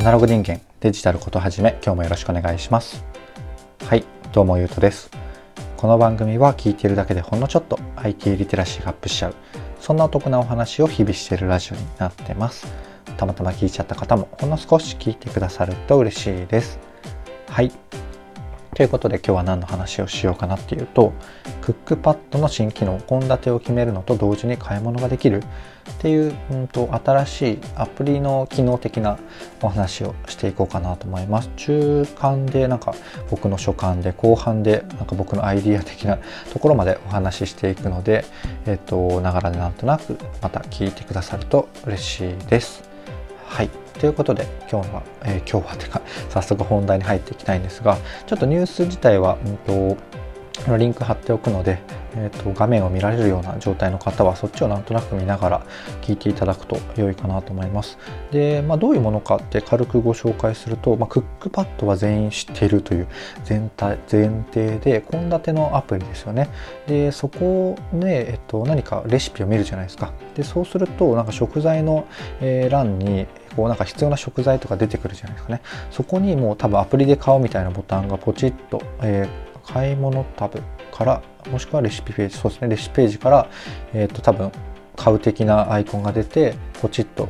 アナログ人間デジタルことはじめ、今日もよろしくお願いします。はい、どうもゆうとです。この番組は聞いているだけでほんのちょっと IT リテラシーがアップしちゃう、そんなお得なお話を日々しているラジオになってます。たまたま聞いちゃった方もほんの少し聞いてくださると嬉しいです。はい、ということで今日は何の話をしようかなっていうと、クックパッドの新機能、献立を決めるのと同時に買い物ができるっていう、新しいアプリの機能的なお話をしていこうかなと思います。中間で僕の所感で、後半で僕のアイディア的なところまでお話ししていくので、ながらでなんとなくまた聞いてくださると嬉しいです。はい、ということで今日はてか早速本題に入っていきたいんですが、ちょっとニュース自体はリンク貼っておくので、画面を見られるような状態の方はそっちをなんとなく見ながら聞いていただくと良いかなと思います。で、どういうものかって軽くご紹介すると、クックパッドは全員知っているという前提で、献立のアプリですよね。で、そこで、何かレシピを見るじゃないですか。で、そうすると食材の、欄に必要な食材とか出てくるじゃないですかね。そこにもう多分アプリで買おうみたいなボタンがポチッと、買い物タブから、もしくはレシピページ、そうですね、レシピページから、多分買う的なアイコンが出てポチッと、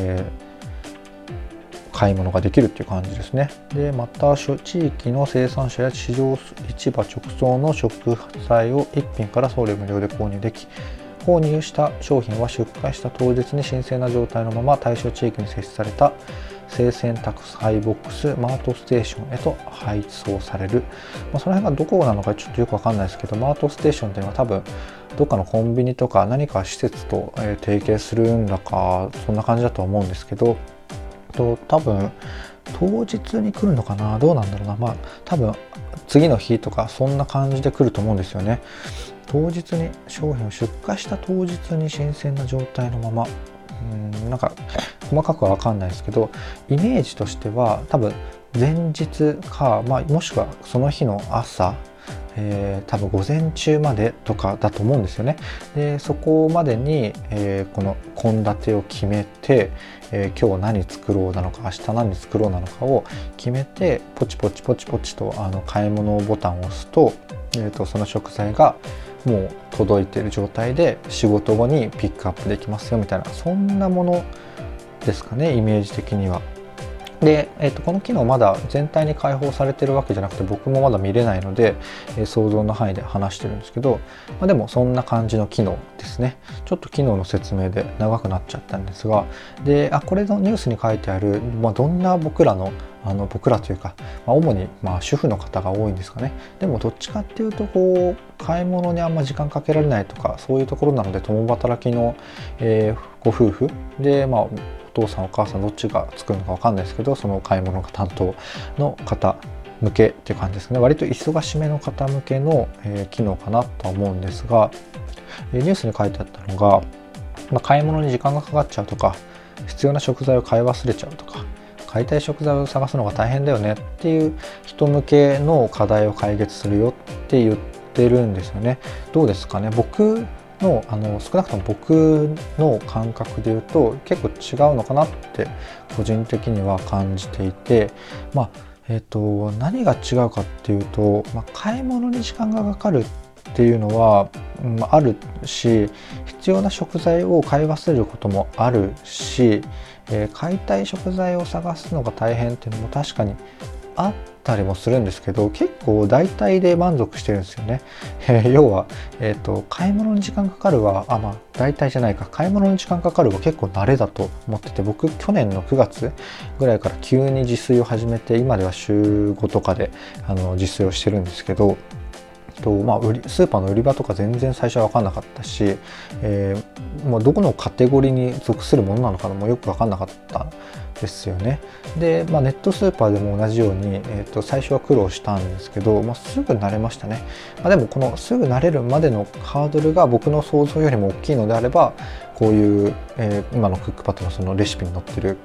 買い物ができるっていう感じですね。で、また地域の生産者や市場市場直送の食材を1品から送料無料で購入でき、購入した商品は出荷した当日に新鮮な状態のまま対象地域に設置された生鮮宅配ボックスマートステーションへと配送される。その辺がどこなのかちょっとよくわかんないですけど、マートステーションっていうのは多分どっかのコンビニとか何か施設と提携するんだか、そんな感じだと思うんですけど、多分当日に来るのかな、どうなんだろうな、多分次の日とかそんな感じで来ると思うんですよね。当日に商品を出荷した当日に新鮮な状態のまま、細かくは分かんないですけど、イメージとしては多分前日か、もしくはその日の朝、多分午前中までとかだと思うんですよね。で、そこまでに、この献立を決めて、今日何作ろうなのか、明日何作ろうなのかを決めて、ポチポチと買い物ボタンを押すと、その食材がもう届いている状態で仕事後にピックアップできますよみたいな、そんなものですかね、イメージ的には。で、この機能まだ全体に開放されてるわけじゃなくて、僕もまだ見れないので、想像の範囲で話してるんですけど、でもそんな感じの機能ですね。ちょっと機能の説明で長くなっちゃったんですが、で、これのニュースに書いてある、どんな僕らというか、主に主婦の方が多いんですかね。でもどっちかっていうと買い物にあんま時間かけられないとか、そういうところなので、共働きの、ご夫婦で、お父さんお母さんどっちが作るのか分かんないですけど、その買い物が担当の方向けっていう感じですね。割と忙しめの方向けの、機能かなとは思うんですが、ニュースに書いてあったのが、買い物に時間がかかっちゃうとか、必要な食材を買い忘れちゃうとか、買いたい食材を探すのが大変だよねっていう人向けの課題を解決するよって言ってるんですよね。どうですかね。少なくとも僕の感覚で言うと結構違うのかなって個人的には感じていて、何が違うかっていうと、買い物に時間がかかるっていうのは、あるし、必要な食材を買い忘れることもあるし、買いたい食材を探すのが大変っていうのも確かにあったりもするんですけど、結構大体で満足してるんですよね。要は、買い物に時間かかるは大体じゃないか、買い物に時間かかるは結構慣れだと思ってて、僕去年の9月ぐらいから急に自炊を始めて、今では週5とかで自炊をしてるんですけど、スーパーの売り場とか全然最初は分かんなかったし、どこのカテゴリーに属するものなのかもよく分かんなかったですよね。で、ネットスーパーでも同じように、最初は苦労したんですけど、すぐ慣れましたね。でもこのすぐ慣れるまでのハードルが僕の想像よりも大きいのであれば、こういう、今のクックパッドのそのレシピに載ってる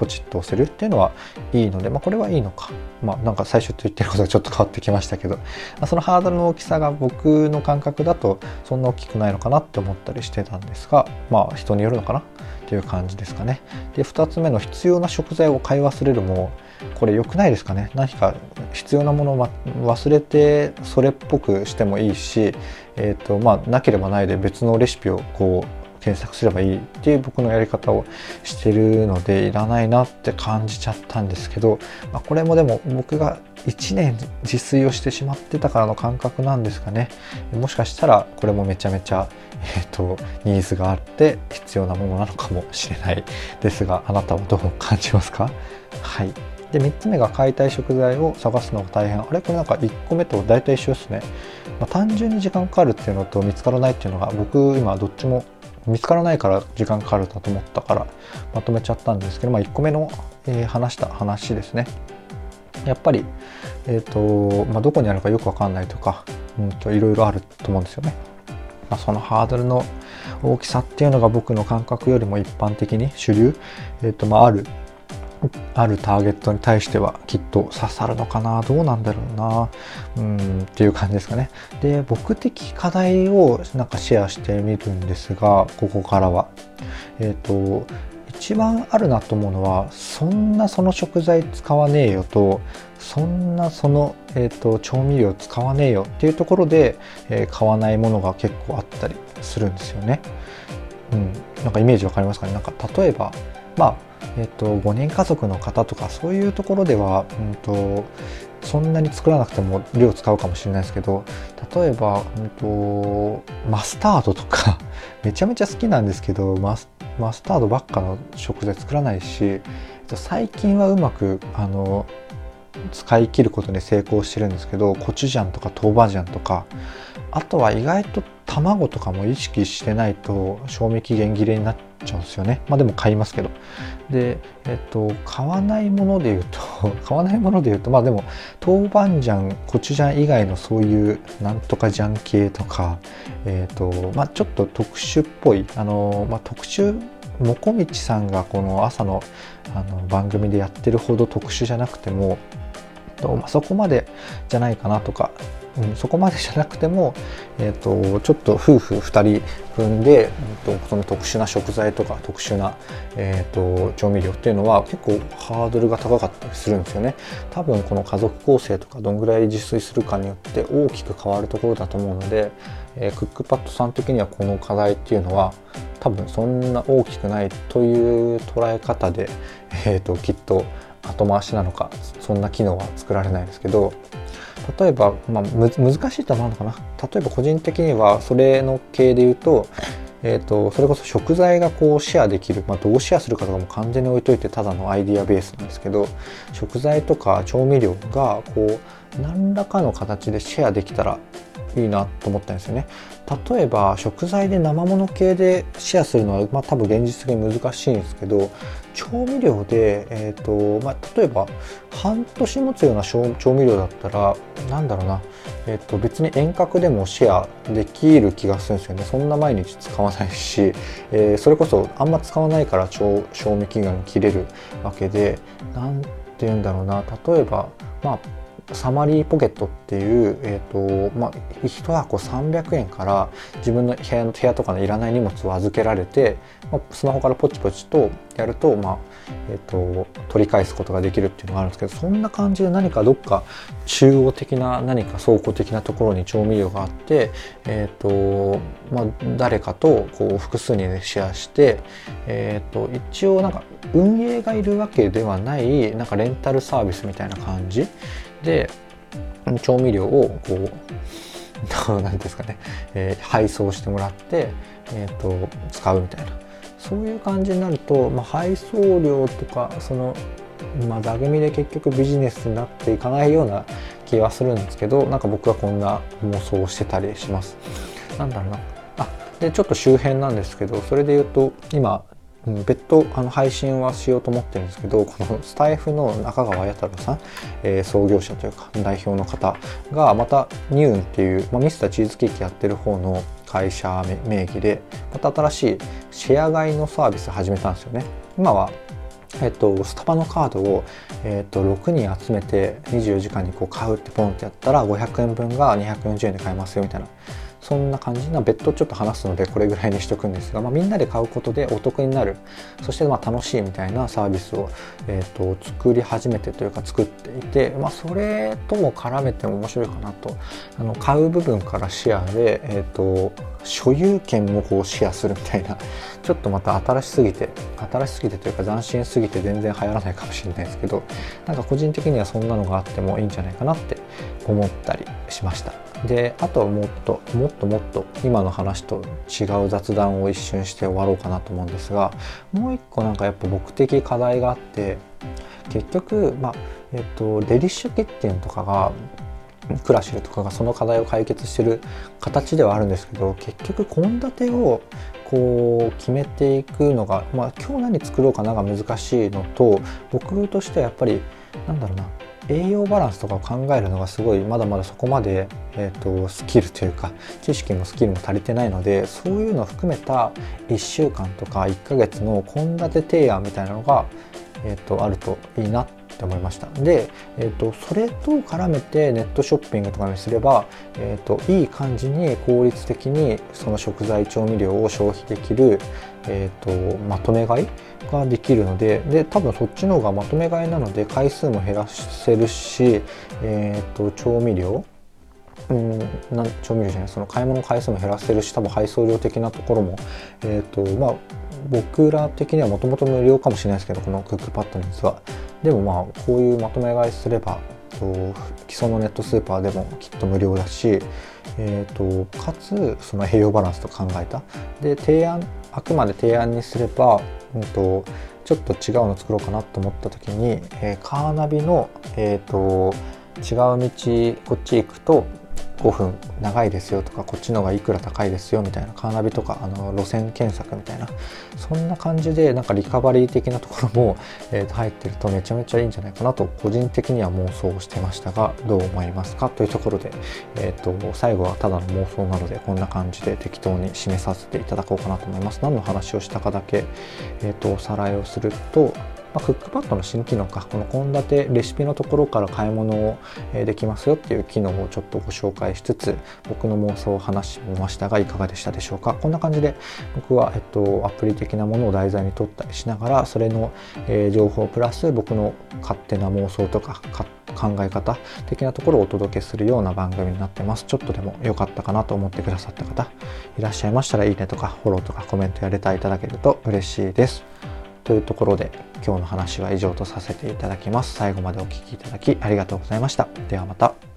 ポチッと押せるっていうのはいいので、これはいいのか。なんか最初と言ってることがちょっと変わってきましたけど、そのハードルの大きさが僕の感覚だとそんな大きくないのかなって思ったりしてたんですが、人によるのかなっていう感じですかね。で、2つ目の必要な食材を買い忘れるも、これ良くないですかね。何か必要なものを忘れてそれっぽくしてもいいし、なければないで別のレシピを検索すればいいっていう僕のやり方をしてるので、いらないなって感じちゃったんですけど、これもでも僕が1年自炊をしてしまってたからの感覚なんですかね。もしかしたらこれもめちゃめちゃ、ニーズがあって必要なものなのかもしれないですが、あなたはどう感じますか？はい。で、3つ目が買いたい食材を探すのが大変。これなんか1個目と大体一緒ですね。単純に時間かかるっていうのと見つからないっていうのが、僕今どっちも見つからないから時間かかるだと思ったからまとめちゃったんですけど、1個目の、話した話ですね。やっぱり、どこにあるかよくわかんないとか、いろいろあると思うんですよね。そのハードルの大きさっていうのが僕の感覚よりも一般的に主流、あるターゲットに対してはきっと刺さるのかな、どうなんだろうな、っていう感じですかね。で、僕的課題をなんかシェアしてみるんですが、ここからは一番あるなと思うのは、そんなその食材使わねえよと、そんなその、調味料使わねえよっていうところで、買わないものが結構あったりするんですよね。なんかイメージわかりますかね。なんか例えば5人家族の方とかそういうところでは、そんなに作らなくても量使うかもしれないですけど、例えば、マスタードとかめちゃめちゃ好きなんですけど、マスタードばっかの食材作らないし、最近はうまく使い切ることに成功してるんですけど、コチュジャンとか豆板醤とか、あとは意外と卵とかも意識してないと賞味期限切れになっちゃうんですよね。でも買いますけど。で、買わないもので言うとでも豆板醤、コチュジャン以外のそういうなんとか醤系とか、ちょっと特殊っぽい特殊、もこみちさんがこの朝の番組でやってるほど特殊じゃなくても、そこまでじゃないかなとか、そこまでじゃなくても、ちょっと夫婦2人分で、その特殊な食材とか特殊な、調味料っていうのは結構ハードルが高かったりするんですよね。多分この家族構成とかどんぐらい自炊するかによって大きく変わるところだと思うので、クックパッドさん的にはこの課題っていうのは多分そんな大きくないという捉え方で、きっと後回しなのか、そんな機能は作られないですけど、例えば、難しいとはなのかな。例えば個人的にはそれの系で言うと、それこそ食材がシェアできる、どうシェアするかとかも完全に置いといてただのアイディアベースなんですけど、食材とか調味料が何らかの形でシェアできたらいいなと思ったんですよね。例えば食材で生もの系でシェアするのは、多分現実的に難しいんですけど、調味料で、例えば半年持つような調味料だったら別に遠隔でもシェアできる気がするんですよね。そんな毎日使わないし、それこそあんま使わないから賞味期限切れるわけで、なんて言うんだろうな、例えばサマリーポケットっていう、1箱300円から自分の部屋とかのいらない荷物を預けられて、スマホからポチポチとやると、取り返すことができるっていうのがあるんですけど、そんな感じで何かどっか中央的な何か倉庫的なところに調味料があって、誰かと複数人でシェアして、一応なんか運営がいるわけではないなんかレンタルサービスみたいな感じで調味料を何ですかね、配送してもらって、使うみたいな、そういう感じになると、配送料とか座組で結局ビジネスになっていかないような気はするんですけど、なんか僕はこんな妄想をしてたりします。でちょっと周辺なんですけど、それで言うと今別途配信はしようと思ってるんですけど、このスタイフの中川弥太郎さん、創業者というか代表の方がまたニューンっていう、ミスターチーズケーキやってる方の会社名義でまた新しいシェア買いのサービス始めたんですよね。今はスタバのカードを、6人集めて24時間にこう買うってポンってやったら500円分が240円で買えますよみたいな、そんな感じな。別途ちょっと話すのでこれぐらいにしとくんですが、みんなで買うことでお得になる、そして楽しいみたいなサービスを、作り始めてというか作っていて、それとも絡めても面白いかなと。買う部分からシェアで、所有権もこうシェアするみたいな、ちょっとまた新しすぎてというか斬新すぎて全然流行らないかもしれないですけど、なんか個人的にはそんなのがあってもいいんじゃないかなって思ったりしました。で、あとはもっと今の話と違う雑談を一瞬して終わろうかなと思うんですが、もう一個なんかやっぱ僕的課題があって、結局デリッシュキッチンとかがクラシルとかがその課題を解決してる形ではあるんですけど、結局献立をこう決めていくのが、今日何作ろうかなが難しいのと、僕としてはやっぱり栄養バランスとかを考えるのがすごいまだまだそこまで、スキルというか知識もスキルも足りてないので、そういうのを含めた1週間とか1ヶ月の献立提案みたいなのが、あるといいなって思いました。で、それと絡めてネットショッピングとかにすれば、いい感じに効率的にその食材調味料を消費できる、まとめ買いができるので、多分そっちの方がまとめ買いなので回数も減らせるし、調味料調味料じゃない、その買い物回数も減らせるし、多分配送料的なところも僕ら的にはもともと無料かもしれないですけど、このクックパッドのやつは。でもこういうまとめ買いすれば既存のネットスーパーでもきっと無料だし、かつその栄養バランスと考えたであくまで提案にすれば、ちょっと違うの作ろうかなと思った時に、カーナビの、違う道こっち行くと5分長いですよとか、こっちの方がいくら高いですよみたいな、カーナビとか路線検索みたいな、そんな感じでなんかリカバリー的なところも、入ってるとめちゃめちゃいいんじゃないかなと個人的には妄想してましたが、どう思いますかというところで、最後はただの妄想なのでこんな感じで適当に締めさせていただこうかなと思います。何の話をしたかだけ、おさらいをすると、クックパッドの新機能か、この献立レシピのところから買い物をできますよっていう機能をちょっとご紹介しつつ、僕の妄想を話しましたがいかがでしたでしょうか。こんな感じで僕は、アプリ的なものを題材に取ったりしながら、それの、情報プラス僕の勝手な妄想とか考え方的なところをお届けするような番組になってます。ちょっとでも良かったかなと思ってくださった方いらっしゃいましたら、いいねとかフォローとかコメントやレターいただけると嬉しいです。というところで今日の話は以上とさせていただきます。最後までお聞きいただきありがとうございました。ではまた。